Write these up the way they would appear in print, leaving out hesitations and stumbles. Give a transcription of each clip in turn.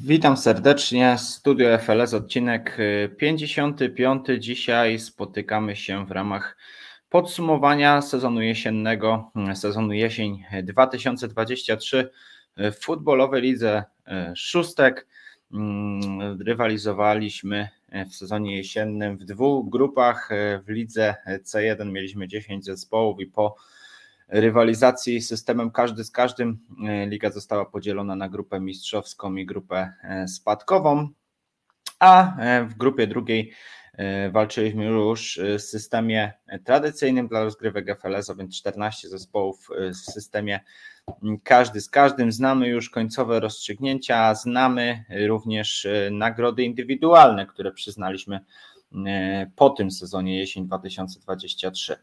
Witam serdecznie, Studio FLS, odcinek 55. Dzisiaj spotykamy się w ramach podsumowania sezonu jesiennego, sezonu jesień 2023 w futbolowej lidze szóstek. Rywalizowaliśmy w sezonie jesiennym w dwóch grupach. W lidze C1 mieliśmy 10 zespołów i po rywalizacji systemem każdy z każdym liga została podzielona na grupę mistrzowską i grupę spadkową, a w grupie drugiej walczyliśmy już w systemie tradycyjnym dla rozgrywek FLS, a więc 14 zespołów w systemie każdy z każdym. Znamy już końcowe rozstrzygnięcia, znamy również nagrody indywidualne, które przyznaliśmy po tym sezonie jesień 2023.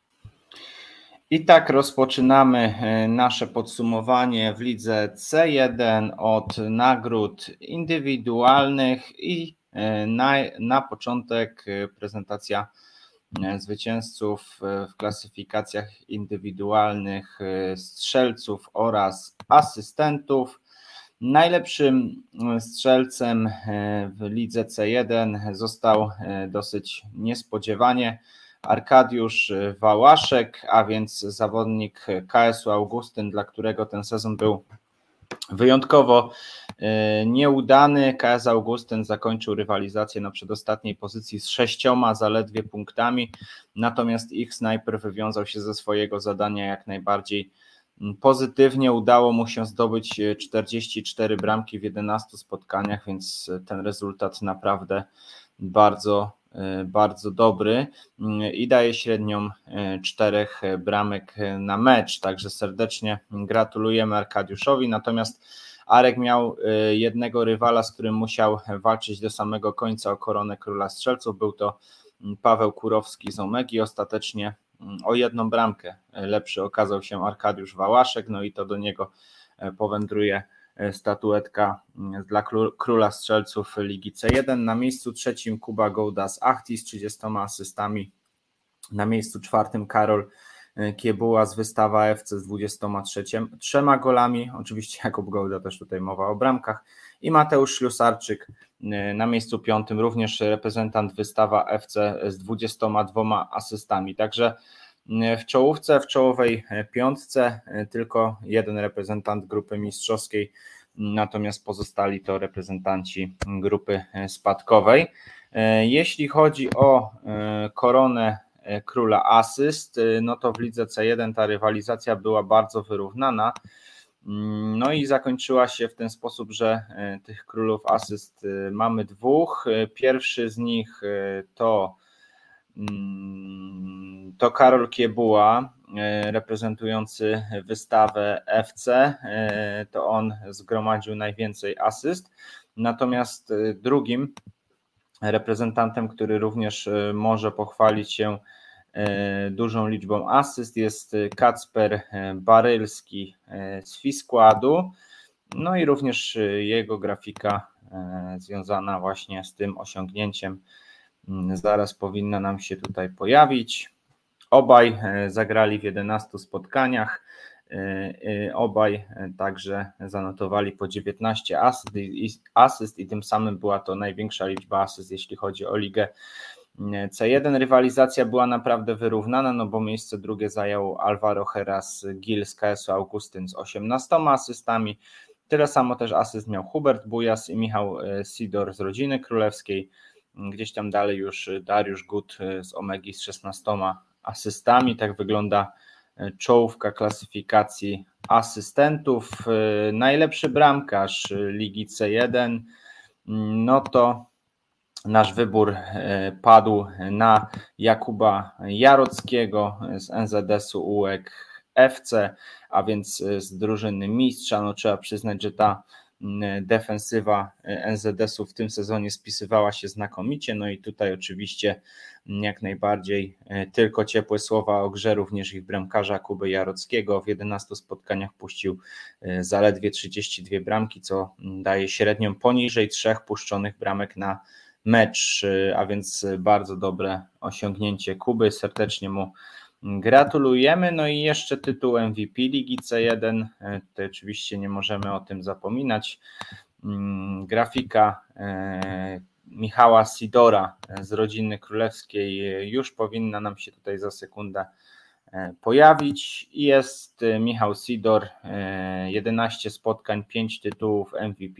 I tak rozpoczynamy nasze podsumowanie w lidze C1 od nagród indywidualnych i na początek prezentacja zwycięzców w klasyfikacjach indywidualnych, strzelców oraz asystentów. Najlepszym strzelcem w lidze C1 został dosyć niespodziewanie Arkadiusz Wałaszek, a więc zawodnik KS-u Augustyn, dla którego ten sezon był wyjątkowo nieudany. KS Augustyn zakończył rywalizację na przedostatniej pozycji z 6 zaledwie punktami, natomiast ich snajper wywiązał się ze swojego zadania jak najbardziej pozytywnie. Udało mu się zdobyć 44 bramki w 11 spotkaniach, więc ten rezultat naprawdę bardzo dobry i daje średnią 4 bramek na mecz, także serdecznie gratulujemy Arkadiuszowi. Natomiast Arek miał jednego rywala, z którym musiał walczyć do samego końca o koronę króla strzelców. Był to Paweł Kurowski z Omegi. Ostatecznie o 1 bramkę lepszy okazał się Arkadiusz Wałaszek, no i to do niego powędruje statuetka dla króla strzelców Ligi C1. Na miejscu trzecim Kuba Gołda z Achti z 30 asystami. Na miejscu czwartym Karol Kiebuła z Wystawa FC z 23 golami. Oczywiście Jakub Gołda, też tutaj mowa o bramkach. I Mateusz Ślusarczyk na miejscu piątym, również reprezentant Wystawa FC z 22 asystami. Także w czołowej piątce tylko jeden reprezentant grupy mistrzowskiej, natomiast pozostali to reprezentanci grupy spadkowej. Jeśli chodzi o koronę króla asyst, no to w lidze C1 ta rywalizacja była bardzo wyrównana. No i zakończyła się w ten sposób, że tych królów asyst mamy dwóch. Pierwszy z nich to Karol Kiebuła, reprezentujący Wystawę FC, to on zgromadził najwięcej asyst, natomiast drugim reprezentantem, który również może pochwalić się dużą liczbą asyst, jest Kacper Barylski z Fiskładu, no i również jego grafika związana właśnie z tym osiągnięciem zaraz powinna nam się tutaj pojawić. Obaj zagrali w 11 spotkaniach, obaj także zanotowali po 19 asyst i tym samym była to największa liczba asyst, jeśli chodzi o ligę C1. Rywalizacja była naprawdę wyrównana, no bo miejsce drugie zajął Alvaro Heras Gil z KS-u Augustyn z 18 asystami. Tyle samo też asyst miał Hubert Bujas i Michał Sidor z Rodziny Królewskiej. Gdzieś tam dalej już Dariusz Gut z Omegi z 16 asystami. Tak wygląda czołówka klasyfikacji asystentów. Najlepszy bramkarz Ligi C1, no to nasz wybór padł na Jakuba Jarockiego z NZS-u UEK FC, a więc z drużyny mistrza. No trzeba przyznać, że ta defensywa NZS-u w tym sezonie spisywała się znakomicie, no i tutaj oczywiście jak najbardziej tylko ciepłe słowa o grze również ich bramkarza Kuby Jarockiego. W 11 spotkaniach puścił zaledwie 32 bramki, co daje średnią poniżej 3 puszczonych bramek na mecz, a więc bardzo dobre osiągnięcie Kuby. Serdecznie mu gratulujemy. No i jeszcze tytuł MVP Ligi C1, to oczywiście nie możemy o tym zapominać. grafika Michała Sidora z rodziny królewskiej już powinna nam się tutaj za sekundę pojawić. Jest Michał Sidor, 11 spotkań, 5 tytułów MVP,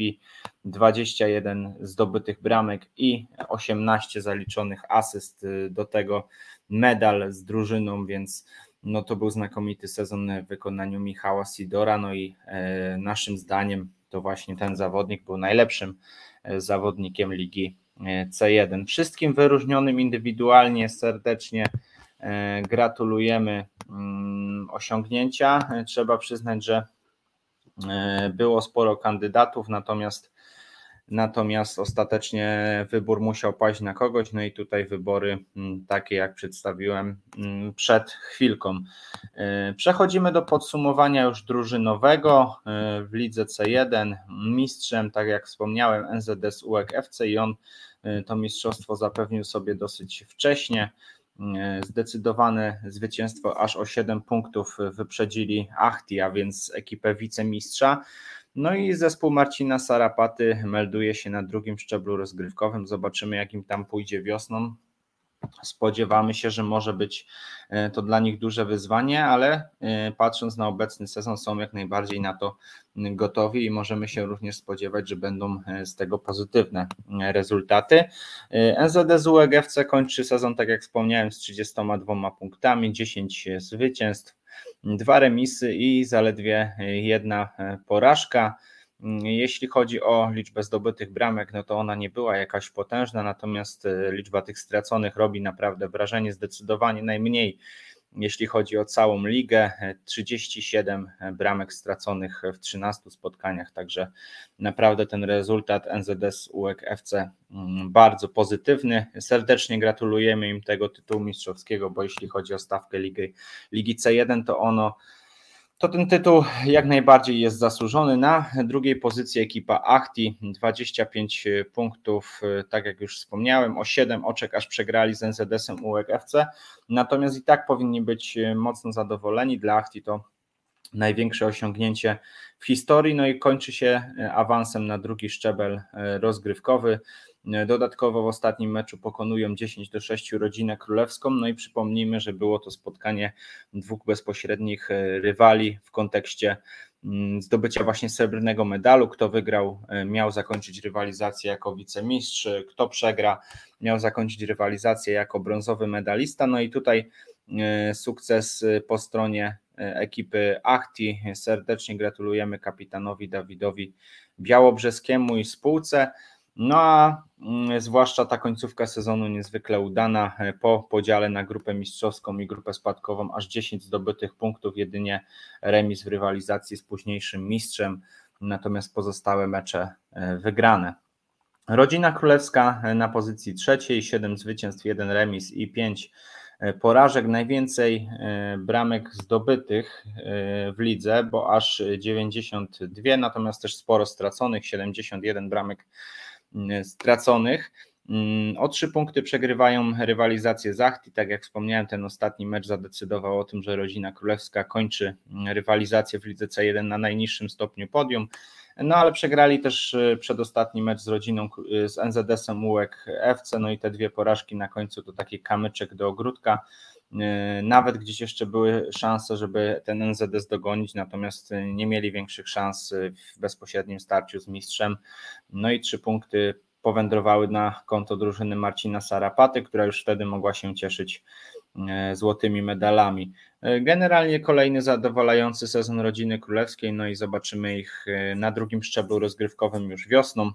21 zdobytych bramek i 18 zaliczonych asyst, do tego medal z drużyną, więc no to był znakomity sezon w wykonaniu Michała Sidora, no i naszym zdaniem to właśnie ten zawodnik był najlepszym zawodnikiem Ligi C1. Wszystkim wyróżnionym indywidualnie serdecznie gratulujemy osiągnięcia. Trzeba przyznać, że było sporo kandydatów, natomiast ostatecznie wybór musiał paść na kogoś, no i tutaj wybory takie jak przedstawiłem przed chwilką. Przechodzimy do podsumowania już drużynowego w lidze C1. Mistrzem, tak jak wspomniałem, NZS UEK FC i on to mistrzostwo zapewnił sobie dosyć wcześnie. Zdecydowane zwycięstwo aż o 7 punktów wyprzedzili Ahti, a więc ekipę wicemistrza. No i zespół Marcina Sarapaty melduje się na drugim szczeblu rozgrywkowym. Zobaczymy, jak im tam pójdzie wiosną. Spodziewamy się, że może być to dla nich duże wyzwanie, ale patrząc na obecny sezon są jak najbardziej na to gotowi i możemy się również spodziewać, że będą z tego pozytywne rezultaty. NZS UEK FC kończy sezon, tak jak wspomniałem, z 32 punktami, 10 zwycięstw, 2 remisy i zaledwie 1 porażka. Jeśli chodzi o liczbę zdobytych bramek, no to ona nie była jakaś potężna, natomiast liczba tych straconych robi naprawdę wrażenie, zdecydowanie najmniej, jeśli chodzi o całą ligę, 37 bramek straconych w 13 spotkaniach, także naprawdę ten rezultat NZS UEK FC bardzo pozytywny. Serdecznie gratulujemy im tego tytułu mistrzowskiego, bo jeśli chodzi o stawkę Ligi C1, to ten tytuł jak najbardziej jest zasłużony. Na drugiej pozycji ekipa Ahti, 25 punktów, tak jak już wspomniałem, o 7 oczek aż przegrali z NZS-em UEK FC, natomiast i tak powinni być mocno zadowoleni. Dla Ahti to największe osiągnięcie w historii, no i kończy się awansem na drugi szczebel rozgrywkowy. Dodatkowo w ostatnim meczu pokonują 10-6 rodzinę królewską, no i przypomnijmy, że było to spotkanie dwóch bezpośrednich rywali w kontekście zdobycia właśnie srebrnego medalu. Kto wygrał, miał zakończyć rywalizację jako wicemistrz, kto przegra, miał zakończyć rywalizację jako brązowy medalista, no i tutaj sukces po stronie ekipy Ahti. Serdecznie gratulujemy kapitanowi Dawidowi Białobrzeskiemu i spółce. No a zwłaszcza ta końcówka sezonu niezwykle udana po podziale na grupę mistrzowską i grupę spadkową, aż 10 zdobytych punktów, jedynie remis w rywalizacji z późniejszym mistrzem, natomiast pozostałe mecze wygrane. Rodzina królewska na pozycji trzeciej, 7 zwycięstw, 1 remis i 5 porażek. Najwięcej bramek zdobytych w lidze, bo aż 92, natomiast też sporo straconych, 71 bramek straconych. O 3 punkty przegrywają rywalizację z Ahti. Tak jak wspomniałem, ten ostatni mecz zadecydował o tym, że rodzina królewska kończy rywalizację w lidze C1 na najniższym stopniu podium. No ale przegrali też przedostatni mecz z rodziną, z NZS-em UEK FC, no i te 2 porażki na końcu to taki kamyczek do ogródka. Nawet gdzieś jeszcze były szanse, żeby ten NZS dogonić, natomiast nie mieli większych szans w bezpośrednim starciu z mistrzem. No i 3 punkty powędrowały na konto drużyny Marcina Sarapaty, która już wtedy mogła się cieszyć złotymi medalami. Generalnie kolejny zadowalający sezon rodziny królewskiej, no i zobaczymy ich na drugim szczeblu rozgrywkowym już wiosną.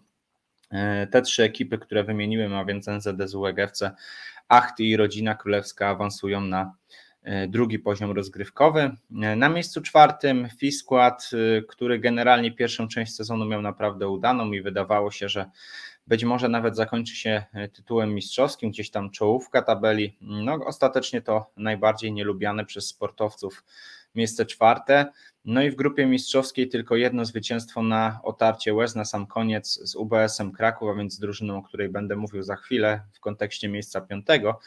Te 3 ekipy, które wymieniłem, a więc NZS UEK FC, Ahti i rodzina królewska awansują na drugi poziom rozgrywkowy. Na miejscu 4 Fiskład, który generalnie pierwszą część sezonu miał naprawdę udaną i wydawało się, że być może nawet zakończy się tytułem mistrzowskim, gdzieś tam czołówka tabeli. No ostatecznie to najbardziej nielubiane przez sportowców miejsce 4. No i w grupie mistrzowskiej tylko 1 zwycięstwo na otarcie łez na sam koniec z UBS-em Kraków, a więc z drużyną, o której będę mówił za chwilę w kontekście miejsca 5.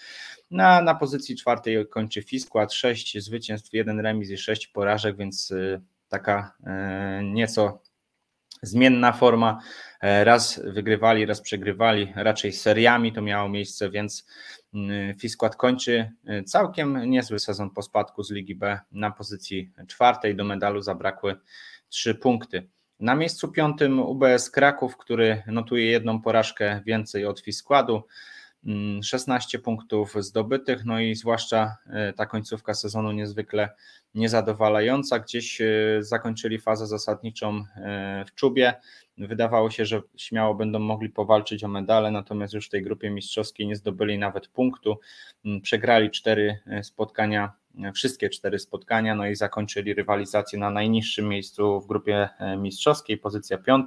Na pozycji 4 kończy Fiskład, 6 zwycięstw, 1 remis i 6 porażek, więc taka nieco zmienna forma raz wygrywali, raz przegrywali, raczej seriami to miało miejsce, więc Fiskład kończy całkiem niezły sezon po spadku z Ligi B na pozycji 4. Do medalu zabrakły 3 punkty. Na miejscu 5 UBS Kraków, który notuje 1 porażkę więcej od Fiskładu, 16 punktów zdobytych, no i zwłaszcza ta końcówka sezonu niezwykle niezadowalająca. Gdzieś zakończyli fazę zasadniczą w czubie. Wydawało się, że śmiało będą mogli powalczyć o medale, natomiast już w tej grupie mistrzowskiej nie zdobyli nawet punktu. Przegrali 4 spotkania, wszystkie 4 spotkania, no i zakończyli rywalizację na najniższym miejscu w grupie mistrzowskiej, pozycja 5.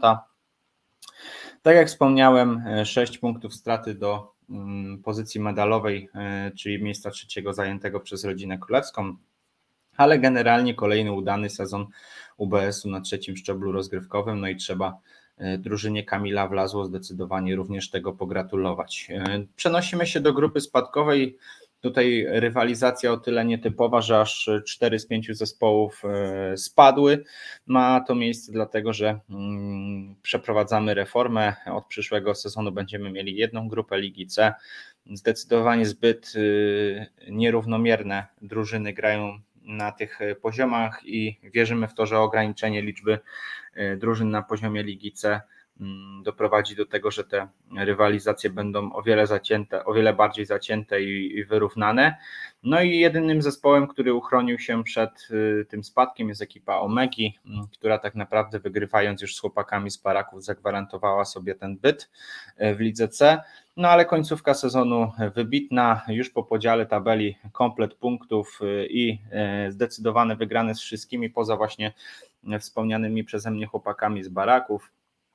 Tak jak wspomniałem, 6 punktów straty do pozycji medalowej, czyli miejsca 3. zajętego przez rodzinę królewską, ale generalnie kolejny udany sezon UBS-u na 3. szczeblu rozgrywkowym, no i trzeba drużynie Kamila Wlazło zdecydowanie również tego pogratulować. Przenosimy się do grupy spadkowej. Tutaj rywalizacja o tyle nietypowa, że aż 4 z 5 zespołów spadły. Ma to miejsce dlatego, że przeprowadzamy reformę. Od przyszłego sezonu będziemy mieli 1 grupę Ligi C. Zdecydowanie zbyt nierównomierne drużyny grają na tych poziomach i wierzymy w to, że ograniczenie liczby drużyn na poziomie Ligi C doprowadzi do tego, że te rywalizacje będą o wiele bardziej zacięte i wyrównane. No i jedynym zespołem, który uchronił się przed tym spadkiem, jest ekipa Omegi, która tak naprawdę wygrywając już z chłopakami z Baraków zagwarantowała sobie ten byt w Lidze C. No ale końcówka sezonu wybitna, już po podziale tabeli komplet punktów i zdecydowane wygrane z wszystkimi poza właśnie wspomnianymi przeze mnie chłopakami z Baraków,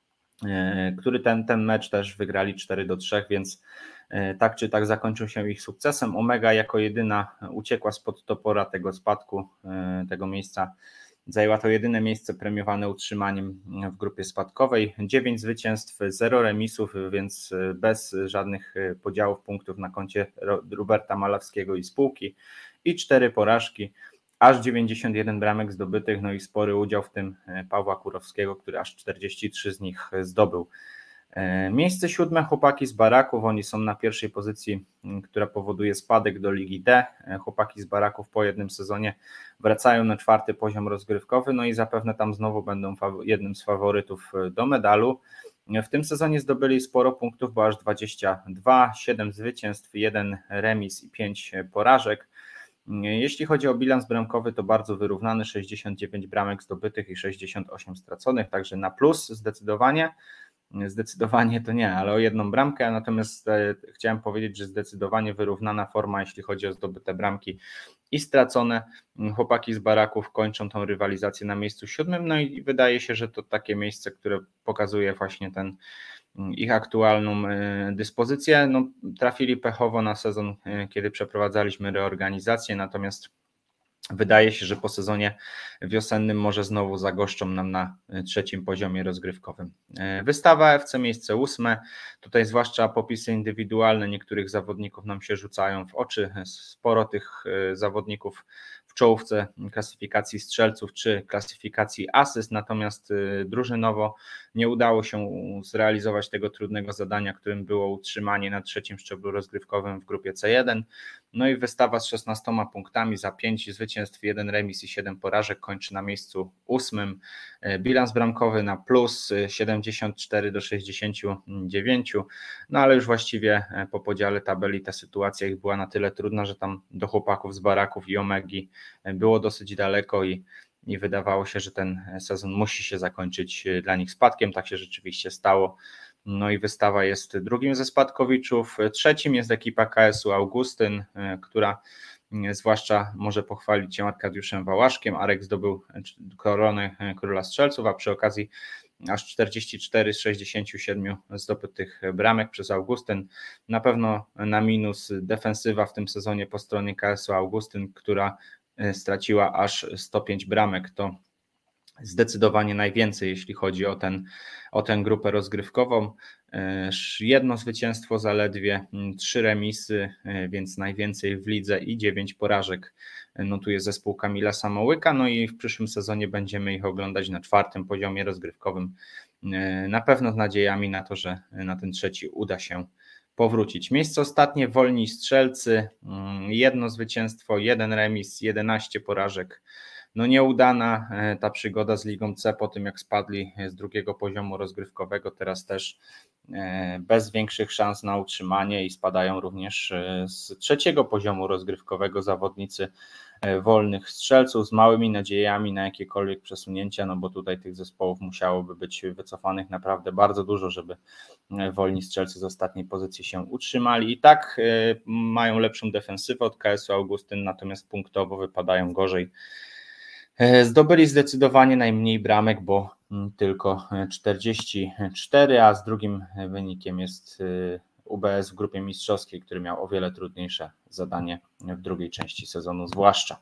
który ten mecz też wygrali 4-3, więc tak czy tak zakończył się ich sukcesem. Omega jako jedyna uciekła spod topora tego spadku, tego miejsca. Zajęła to jedyne miejsce premiowane utrzymaniem w grupie spadkowej. 9 zwycięstw, 0 remisów, więc bez żadnych podziałów punktów na koncie Roberta Malawskiego i spółki i 4 porażki. Aż 91 bramek zdobytych, no i spory udział w tym Pawła Kurowskiego, który aż 43 z nich zdobył. Miejsce 7 chłopaki z Baraków, oni są na pierwszej pozycji, która powoduje spadek do Ligi D. Chłopaki z Baraków po jednym sezonie wracają na 4. poziom rozgrywkowy, no i zapewne tam znowu będą jednym z faworytów do medalu. W tym sezonie zdobyli sporo punktów, bo aż 22, 7 zwycięstw, 1 remis i 5 porażek. Jeśli chodzi o bilans bramkowy, to bardzo wyrównany, 69 bramek zdobytych i 68 straconych, także na plus zdecydowanie. Zdecydowanie to nie, ale o 1 bramkę, natomiast chciałem powiedzieć, że zdecydowanie wyrównana forma, jeśli chodzi o zdobyte bramki i stracone. Chłopaki z Baraków kończą tą rywalizację na miejscu 7, no i wydaje się, że to takie miejsce, które pokazuje właśnie ich aktualną dyspozycję. No, trafili pechowo na sezon, kiedy przeprowadzaliśmy reorganizację, natomiast wydaje się, że po sezonie wiosennym może znowu zagoszczą nam na 3. poziomie rozgrywkowym. Wystawa FC miejsce 8. Tutaj zwłaszcza popisy indywidualne niektórych zawodników nam się rzucają w oczy. Sporo tych zawodników w czołówce klasyfikacji strzelców czy klasyfikacji asyst, natomiast drużynowo nie udało się zrealizować tego trudnego zadania, którym było utrzymanie na 3. szczeblu rozgrywkowym w grupie C1. No i wystawa z 16 punktami za 5 zwycięstw, 1 remis i 7 porażek kończy na miejscu 8. Bilans bramkowy na plus 74-69, no ale już właściwie po podziale tabeli ta sytuacja ich była na tyle trudna, że tam do chłopaków z Baraków i Omegi było dosyć daleko i wydawało się, że ten sezon musi się zakończyć dla nich spadkiem. Tak się rzeczywiście stało. No i wystawa jest 2. ze spadkowiczów. 3. jest ekipa KS-u Augustyn, która zwłaszcza może pochwalić się Arkadiuszem Wałaszkiem. Arek zdobył koronę króla strzelców, a przy okazji aż 44 z 67 zdobytych bramek przez Augustyn. Na pewno na minus defensywa w tym sezonie po stronie KS-u Augustyn, która straciła aż 105 bramek. To zdecydowanie najwięcej, jeśli chodzi o tę grupę rozgrywkową. 1 zwycięstwo zaledwie, 3 remisy, więc najwięcej w lidze i 9 porażek notuje zespół Kamila Samołyka. No i w przyszłym sezonie będziemy ich oglądać na 4. poziomie rozgrywkowym na pewno z nadziejami na to, że na ten trzeci uda się powrócić. Miejsce ostatnie Wolni Strzelcy, 1 zwycięstwo, 1 remis, 11 porażek. No nieudana ta przygoda z Ligą C po tym, jak spadli z drugiego poziomu rozgrywkowego, teraz też bez większych szans na utrzymanie i spadają również z trzeciego poziomu rozgrywkowego zawodnicy Wolnych Strzelców z małymi nadziejami na jakiekolwiek przesunięcia, no bo tutaj tych zespołów musiałoby być wycofanych naprawdę bardzo dużo, żeby Wolni Strzelcy z ostatniej pozycji się utrzymali. I tak mają lepszą defensywę od KS-u Augustyn, natomiast punktowo wypadają gorzej. Zdobyli zdecydowanie najmniej bramek, bo tylko 44, a z drugim wynikiem jest UBS w grupie mistrzowskiej, który miał o wiele trudniejsze zadanie w drugiej części sezonu zwłaszcza.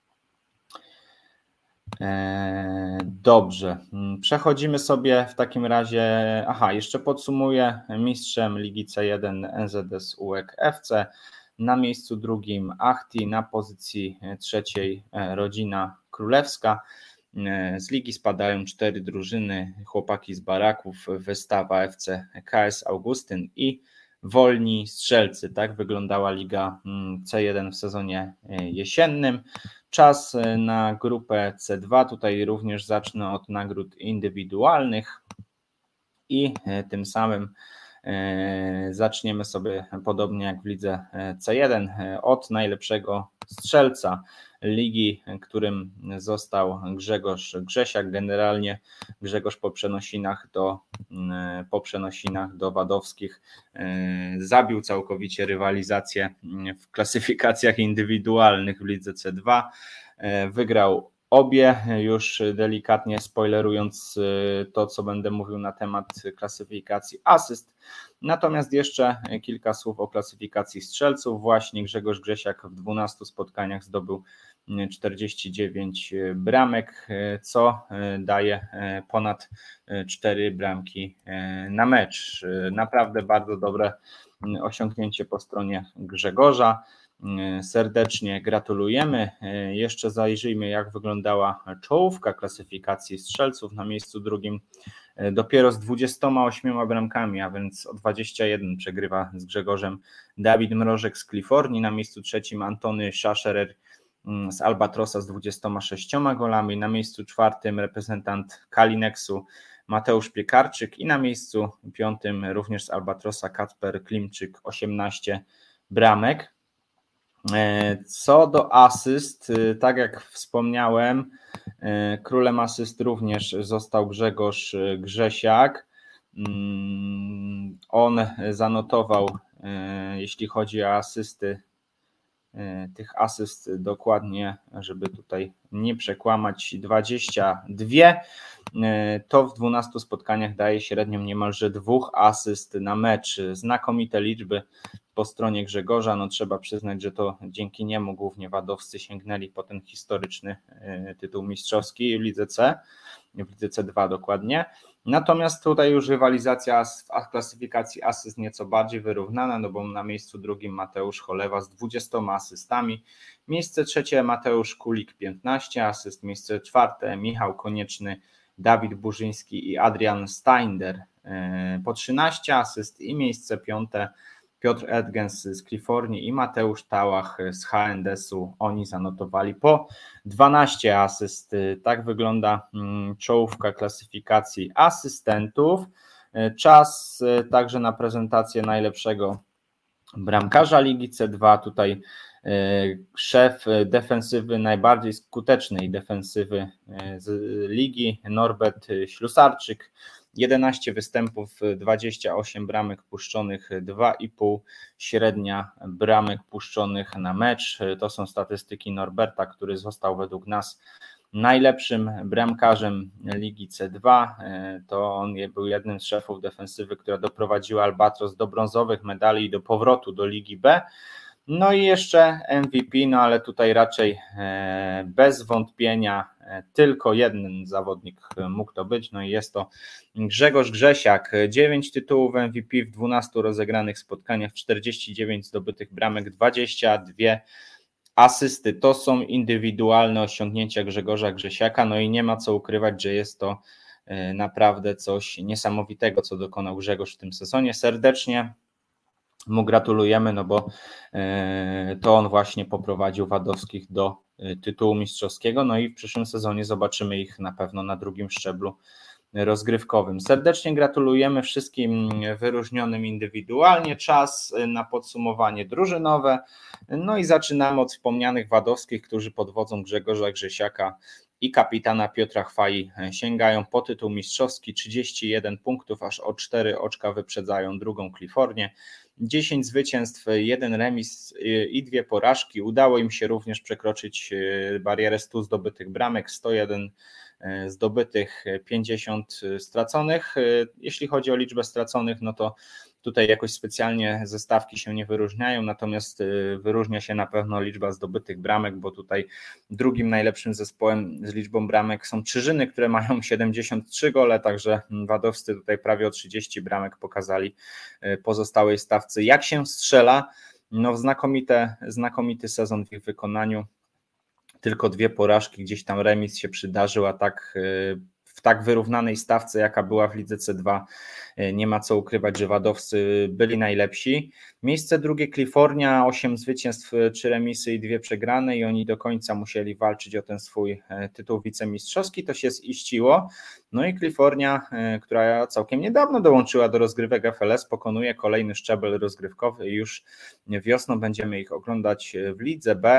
Dobrze, przechodzimy sobie w takim razie, jeszcze podsumuję, mistrzem Ligi C1 NZS UEK FC, na miejscu drugim Achti, na pozycji trzeciej Rodzina Królewska. Z ligi spadają 4 drużyny, chłopaki z Baraków, Wystawa FC, KS Augustyn i Wolni Strzelcy. Tak wyglądała Liga C1 w sezonie jesiennym. Czas na grupę C2. Tutaj również zacznę od nagród indywidualnych i tym samym zaczniemy sobie podobnie jak w lidze C1 od najlepszego strzelca ligi, którym został Grzegorz Grzesiak. Generalnie Grzegorz po przenosinach do wadowskich zabił całkowicie rywalizację w klasyfikacjach indywidualnych w lidze C2. Wygrał obie, już delikatnie spoilerując to, co będę mówił na temat klasyfikacji asyst. Natomiast jeszcze kilka słów o klasyfikacji strzelców. Właśnie Grzegorz Grzesiak w 12 spotkaniach zdobył 49 bramek, co daje ponad 4 bramki na mecz. Naprawdę bardzo dobre osiągnięcie po stronie Grzegorza. Serdecznie gratulujemy. Jeszcze zajrzyjmy, jak wyglądała czołówka klasyfikacji strzelców. Na miejscu drugim dopiero z 28 bramkami, a więc o 21 przegrywa z Grzegorzem Dawid Mrożek z Kalifornii. Na miejscu trzecim Antony Szaszerer z Albatrosa z 26 golami. Na miejscu czwartym reprezentant Kalineksu Mateusz Piekarczyk i na miejscu piątym również z Albatrosa Kacper Klimczyk 18 bramek. Co do asyst, tak jak wspomniałem, królem asyst również został Grzegorz Grzesiak. On zanotował, jeśli chodzi o asysty, tych asyst dokładnie, żeby tutaj nie przekłamać, 22. To w 12 spotkaniach daje średnią niemalże 2 asyst na mecz. Znakomite liczby po stronie Grzegorza. No trzeba przyznać, że to dzięki niemu głównie wadowscy sięgnęli po ten historyczny tytuł mistrzowski w Lidze C, w Lidze C2 dokładnie. Natomiast tutaj już rywalizacja w klasyfikacji asyst nieco bardziej wyrównana, no bo na miejscu drugim Mateusz Cholewa z 20 asystami, miejsce trzecie Mateusz Kulik 15 asyst, miejsce czwarte Michał Konieczny, Dawid Burzyński i Adrian Steinder po 13 asyst i miejsce piąte Piotr Edgens z Kalifornii i Mateusz Tałach z HNDS-u. Oni zanotowali po 12 asyst. Tak wygląda czołówka klasyfikacji asystentów. Czas także na prezentację najlepszego bramkarza Ligi C2. Tutaj szef defensywy, najbardziej skutecznej defensywy z ligi, Norbert Ślusarczyk. 11 występów, 28 bramek puszczonych, 2,5 średnia bramek puszczonych na mecz. To są statystyki Norberta, który został według nas najlepszym bramkarzem Ligi C2. To on był jednym z szefów defensywy, która doprowadziła Albatros do brązowych medali i do powrotu do Ligi B. No i jeszcze MVP, no ale tutaj raczej bez wątpienia tylko jeden zawodnik mógł to być, no i jest to Grzegorz Grzesiak. 9 tytułów MVP w 12 rozegranych spotkaniach, 49 zdobytych bramek, 22 asysty. To są indywidualne osiągnięcia Grzegorza Grzesiaka, no i nie ma co ukrywać, że jest to naprawdę coś niesamowitego, co dokonał Grzegorz w tym sezonie. Serdecznie mu gratulujemy, no bo to on właśnie poprowadził Wadowskich do tytułu mistrzowskiego, no i w przyszłym sezonie zobaczymy ich na pewno na drugim szczeblu rozgrywkowym. Serdecznie gratulujemy wszystkim wyróżnionym indywidualnie. Czas na podsumowanie drużynowe. No i zaczynamy od wspomnianych Wadowskich, którzy pod wodzą Grzegorza Grzesiaka i kapitana Piotra Chwai sięgają po tytuł mistrzowski. 31 punktów, aż o 4 oczka wyprzedzają drugą Klifornię. 10 zwycięstw, 1 remis i 2 porażki. Udało im się również przekroczyć barierę 100 zdobytych bramek, 101 zdobytych, 50 straconych. Jeśli chodzi o liczbę straconych, no to tutaj jakoś specjalnie ze stawki się nie wyróżniają, natomiast wyróżnia się na pewno liczba zdobytych bramek, bo tutaj drugim najlepszym zespołem z liczbą bramek są Czyżyny, które mają 73 gole, także wadowscy tutaj prawie o 30 bramek pokazali pozostałej stawce. Jak się strzela? No znakomity sezon w ich wykonaniu. Tylko 2 porażki, gdzieś tam remis się przydarzył, a tak w tak wyrównanej stawce, jaka była w lidze C2, nie ma co ukrywać, że wadowcy byli najlepsi. Miejsce drugie Klifornia, 8 zwycięstw, 3 remisy i 2 przegrane i oni do końca musieli walczyć o ten swój tytuł wicemistrzowski, to się ziściło. No i Klifornia, która całkiem niedawno dołączyła do rozgrywek FLS, pokonuje kolejny szczebel rozgrywkowy i już wiosną będziemy ich oglądać w lidze B.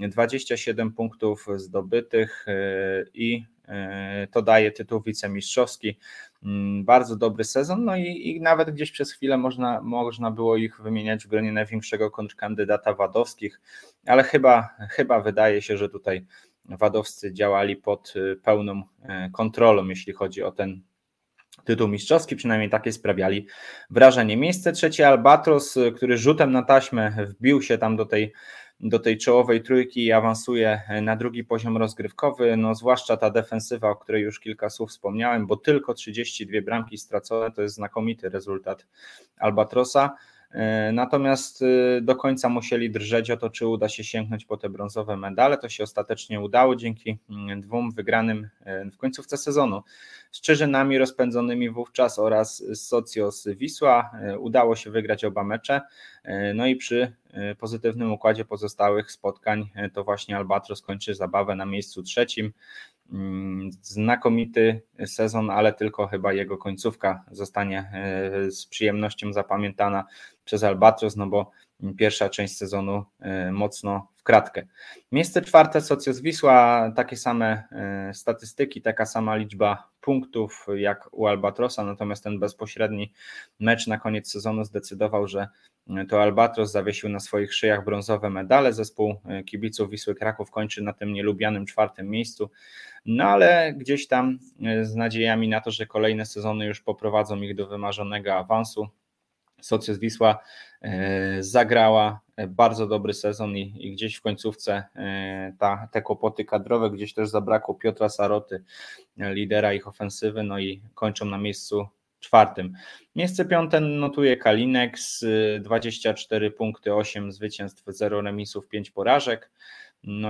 27 punktów zdobytych i to daje tytuł wicemistrzowski. Bardzo dobry sezon, no i nawet gdzieś przez chwilę można było ich wymieniać w gronie największego kontrkandydata wadowskich, ale chyba wydaje się, że tutaj wadowscy działali pod pełną kontrolą, jeśli chodzi o ten tytuł mistrzowski, przynajmniej takie sprawiali wrażenie. Miejsce trzecie Albatros, który rzutem na taśmę wbił się tam do tej czołowej trójki i awansuje na drugi poziom rozgrywkowy, no zwłaszcza ta defensywa, o której już kilka słów wspomniałem, bo tylko 32 bramki stracone to jest znakomity rezultat Albatrosa. Natomiast do końca musieli drżeć o to, czy uda się sięgnąć po te brązowe medale. To się ostatecznie udało dzięki 2 wygranym w końcówce sezonu z Czyżynami rozpędzonymi wówczas oraz z Socios Wisła. Udało się wygrać oba mecze. No i przy pozytywnym układzie pozostałych spotkań to właśnie Albatros kończy zabawę na miejscu trzecim. Znakomity sezon, ale tylko chyba jego końcówka zostanie z przyjemnością zapamiętana przez Albatros, no bo pierwsza część sezonu mocno w kratkę. Miejsce czwarte Socios Wisła, takie same statystyki, taka sama liczba punktów jak u Albatrosa, natomiast ten bezpośredni mecz na koniec sezonu zdecydował, że to Albatros zawiesił na swoich szyjach brązowe medale. Zespół kibiców Wisły Kraków kończy na tym nielubianym 4. miejscu, no ale gdzieś tam z nadziejami na to, że kolejne sezony już poprowadzą ich do wymarzonego awansu. Socios Wisła zagrała bardzo dobry sezon i gdzieś w końcówce te kłopoty kadrowe, gdzieś też zabrakło Piotra Saroty, lidera ich ofensywy, no i kończą na miejscu 4. Miejsce 5 notuje Kalinex, 24 punkty, 8 zwycięstw, 0 remisów, 5 porażek. No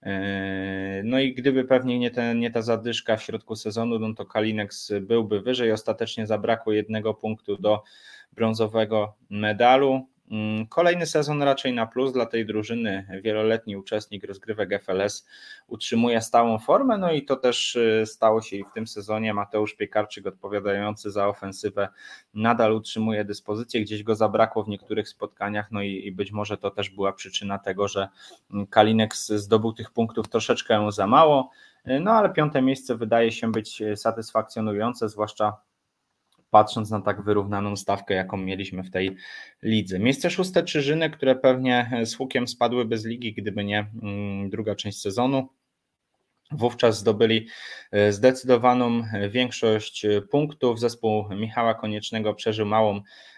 i gdyby pewnie nie ta zadyszka w środku sezonu, no to Kalinex byłby wyżej. Ostatecznie zabrakło 1 punktu do brązowego medalu. Kolejny sezon raczej na plus dla tej drużyny. Wieloletni uczestnik rozgrywek FLS utrzymuje stałą formę, no i to też stało się i w tym sezonie. Mateusz Piekarczyk, odpowiadający za ofensywę, nadal utrzymuje dyspozycję, gdzieś go zabrakło w niektórych spotkaniach, no i być może to też była przyczyna tego, że Kalinex zdobył tych punktów troszeczkę za mało, no ale 5. miejsce wydaje się być satysfakcjonujące, zwłaszcza patrząc na tak wyrównaną stawkę, jaką mieliśmy w tej lidze. Miejsce 6 Czyżyny, które pewnie z hukiem spadłyby z ligi, gdyby nie druga część sezonu. Wówczas zdobyli zdecydowaną większość punktów. Zespół Michała Koniecznego przeżył małą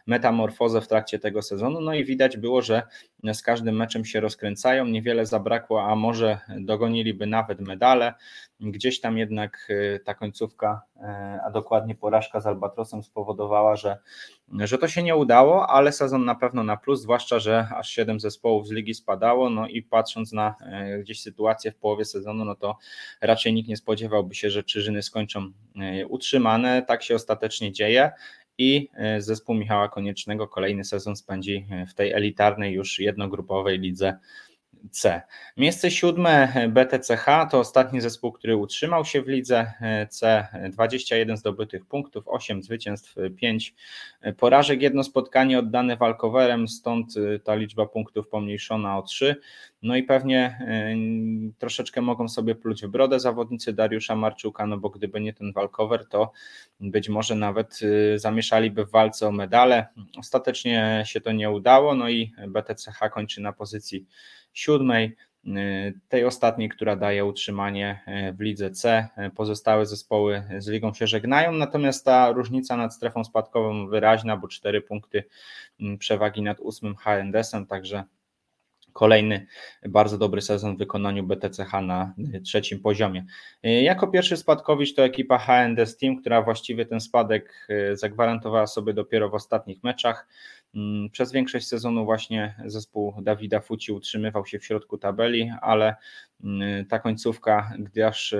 metamorfozę w trakcie tego sezonu, no i widać było, że z każdym meczem się rozkręcają, niewiele zabrakło, a może dogoniliby nawet medale. Gdzieś tam jednak ta końcówka, a dokładnie porażka z Albatrosem spowodowała, że to się nie udało, ale sezon na pewno na plus, zwłaszcza, że aż 7 zespołów z ligi spadało, no i patrząc na gdzieś sytuację w połowie sezonu, no to raczej nikt nie spodziewałby się, że Czyżyny skończą utrzymane. Tak się ostatecznie dzieje i zespół Michała Koniecznego kolejny sezon spędzi w tej elitarnej już jednogrupowej lidze C. Miejsce 7 BTCH to ostatni zespół, który utrzymał się w lidze C. 21 zdobytych punktów, 8 zwycięstw, 5 porażek, jedno spotkanie oddane walkowerem, stąd ta liczba punktów pomniejszona o 3. No i pewnie troszeczkę mogą sobie pluć w brodę zawodnicy Dariusza Marczuka, no bo gdyby nie ten walkover, to być może nawet zamieszaliby w walce o medale. Ostatecznie się to nie udało, no i BTCH kończy na pozycji 7, tej ostatniej, która daje utrzymanie w lidze C. Pozostałe zespoły z ligą się żegnają, natomiast ta różnica nad strefą spadkową wyraźna, bo 4 punkty przewagi nad 8 HNDS-em, także kolejny bardzo dobry sezon w wykonaniu BTCH na 3. poziomie. Jako pierwszy spadkowicz to ekipa HNDS Team, która właściwie ten spadek zagwarantowała sobie dopiero w ostatnich meczach. Przez większość sezonu właśnie zespół Dawida Fuci utrzymywał się w środku tabeli, ale ta końcówka, gdy aż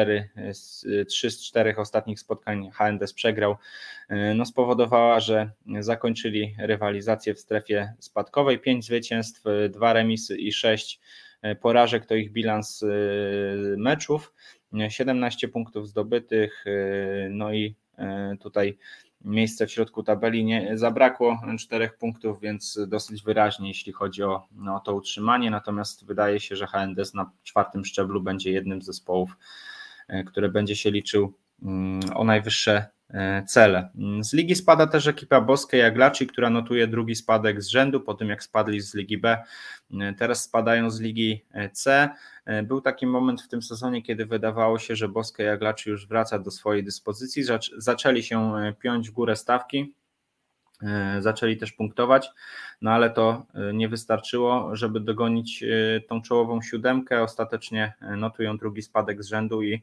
3 z 4 ostatnich spotkań HNDS przegrał, no spowodowała, że zakończyli rywalizację w strefie spadkowej. 5 zwycięstw, 2 remisy i 6 porażek to ich bilans meczów, 17 punktów zdobytych, no i tutaj miejsce w środku tabeli nie zabrakło 4 punktów, więc dosyć wyraźnie, jeśli chodzi o to utrzymanie, natomiast wydaje się, że HNDS na 4. szczeblu będzie jednym z zespołów, które będzie się liczył o najwyższe cele. Z ligi spada też ekipa Boskiej Jaglaci, która notuje drugi spadek z rzędu, po tym jak spadli z ligi B, teraz spadają z ligi C. Był taki moment w tym sezonie, kiedy wydawało się, że Boska Jaglaci już wraca do swojej dyspozycji, zaczęli się piąć w górę stawki, zaczęli też punktować, no ale to nie wystarczyło, żeby dogonić tą czołową 7. Ostatecznie notują drugi spadek z rzędu i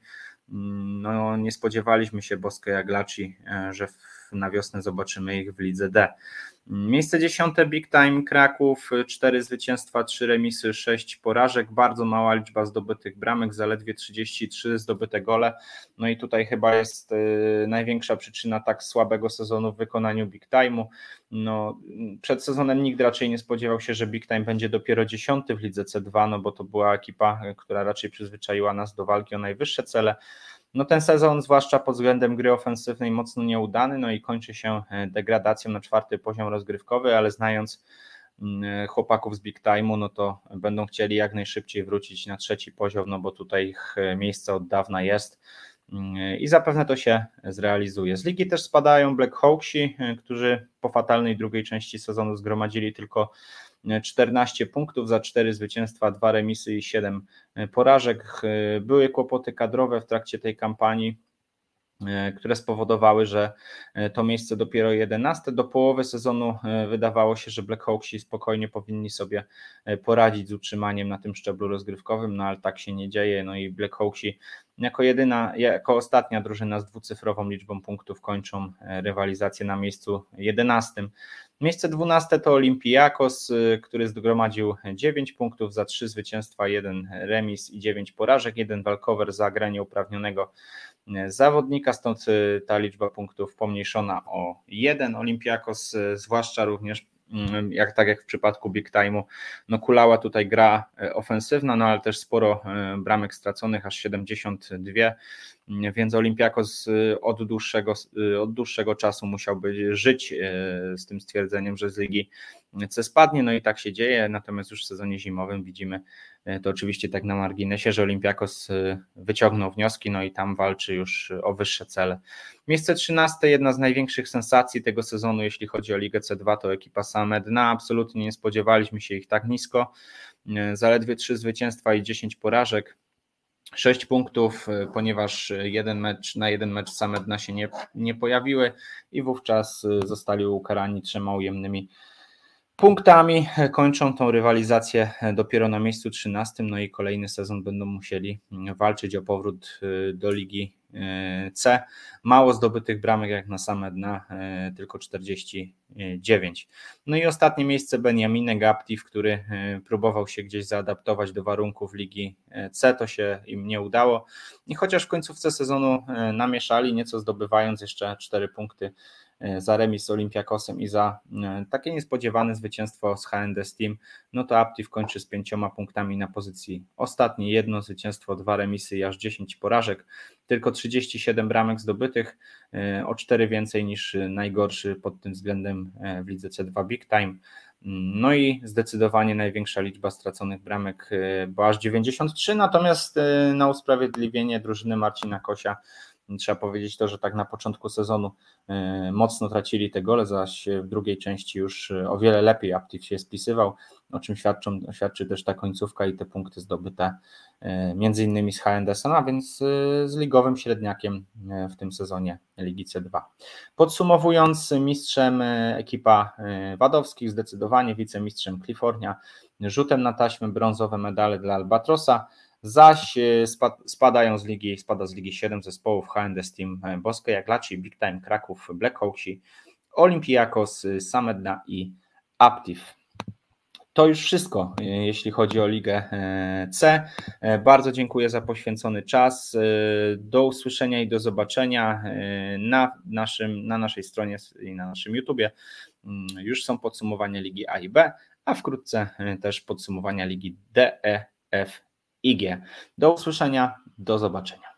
no, nie spodziewaliśmy się Boskiej Jaglaci, że na wiosnę zobaczymy ich w lidze D. Miejsce 10 Big Time Kraków, 4 zwycięstwa, 3 remisy, 6 porażek, bardzo mała liczba zdobytych bramek, zaledwie 33 zdobyte gole, no i tutaj chyba jest największa przyczyna tak słabego sezonu w wykonaniu Big Time'u. No, przed sezonem nikt raczej nie spodziewał się, że Big Time będzie dopiero 10 w lidze C2, no bo to była ekipa, która raczej przyzwyczaiła nas do walki o najwyższe cele. No ten sezon, zwłaszcza pod względem gry ofensywnej, mocno nieudany, no i kończy się degradacją na 4. poziom rozgrywkowy, ale znając chłopaków z Big Time'u, no to będą chcieli jak najszybciej wrócić na 3. poziom, no bo tutaj ich miejsce od dawna jest i zapewne to się zrealizuje. Z ligi też spadają Black Hawksi, którzy po fatalnej drugiej części sezonu zgromadzili tylko 14 punktów za 4 zwycięstwa, 2 remisy i 7 porażek. Były kłopoty kadrowe w trakcie tej kampanii, które spowodowały, że to miejsce dopiero 11. Do połowy sezonu wydawało się, że Black Hawksi spokojnie powinni sobie poradzić z utrzymaniem na tym szczeblu rozgrywkowym, no ale tak się nie dzieje, no i Black Hawksi jako ostatnia drużyna z dwucyfrową liczbą punktów kończą rywalizację na miejscu 11. Miejsce 12 to Olympiakos, który zgromadził 9 punktów za 3 zwycięstwa, 1 remis i 9 porażek, 1 walkover za grę nieuprawnionego zawodnika, stąd ta liczba punktów pomniejszona o 1. Olympiakos zwłaszcza również tak jak w przypadku Big Time'u, no kulała tutaj gra ofensywna, no ale też sporo bramek straconych, aż 72, więc Olympiakos od dłuższego czasu musiałby żyć z tym stwierdzeniem, że z ligi C spadnie, no i tak się dzieje, natomiast już w sezonie zimowym widzimy, to oczywiście tak na marginesie, że Olympiakos wyciągnął wnioski, no i tam walczy już o wyższe cele. Miejsce 13, jedna z największych sensacji tego sezonu, jeśli chodzi o Ligę C2, to ekipa Samed. No absolutnie nie spodziewaliśmy się ich tak nisko, zaledwie 3 zwycięstwa i 10 porażek. 6 punktów, ponieważ na jeden mecz same dna się nie pojawiły i wówczas zostali ukarani 3 ujemnymi punktami. Kończą tą rywalizację dopiero na miejscu 13, no i kolejny sezon będą musieli walczyć o powrót do Ligi C. Mało zdobytych bramek jak na same dna, tylko 49. No i ostatnie miejsce Beniaminek Aptiv, który próbował się gdzieś zaadaptować do warunków Ligi C, to się im nie udało. I chociaż w końcówce sezonu namieszali, nieco zdobywając jeszcze 4 punkty za remis z Olympiakosem i za takie niespodziewane zwycięstwo z HND Steam, no to Aptiv kończy z 5 punktami na pozycji ostatniej, 1 zwycięstwo, 2 remisy i aż 10 porażek, tylko 37 bramek zdobytych, o 4 więcej niż najgorszy pod tym względem w lidze C2 Big Time. No i zdecydowanie największa liczba straconych bramek, bo aż 93, natomiast na usprawiedliwienie drużyny Marcina Kosia trzeba powiedzieć to, że tak na początku sezonu mocno tracili te gole, zaś w drugiej części już o wiele lepiej Aptiv się spisywał, o czym świadczy też ta końcówka i te punkty zdobyte między innymi z HNDS-em, a więc z ligowym średniakiem w tym sezonie Ligi C2. Podsumowując, mistrzem ekipa Wadowskich, zdecydowanie wicemistrzem Klifornia, rzutem na taśmę brązowe medale dla Albatrosa, zaś spada z Ligi 7 zespołów HND Steam Boskie Jaglaci, Big Time Kraków, Blackhawksi, Olympiakos, Samedna i Aptiv. To już wszystko, jeśli chodzi o Ligę C. Bardzo dziękuję za poświęcony czas. Do usłyszenia i do zobaczenia na naszej stronie i na naszym YouTubie. Już są podsumowania Ligi A i B, a wkrótce też podsumowania Ligi D, E, F i G. Do usłyszenia, do zobaczenia.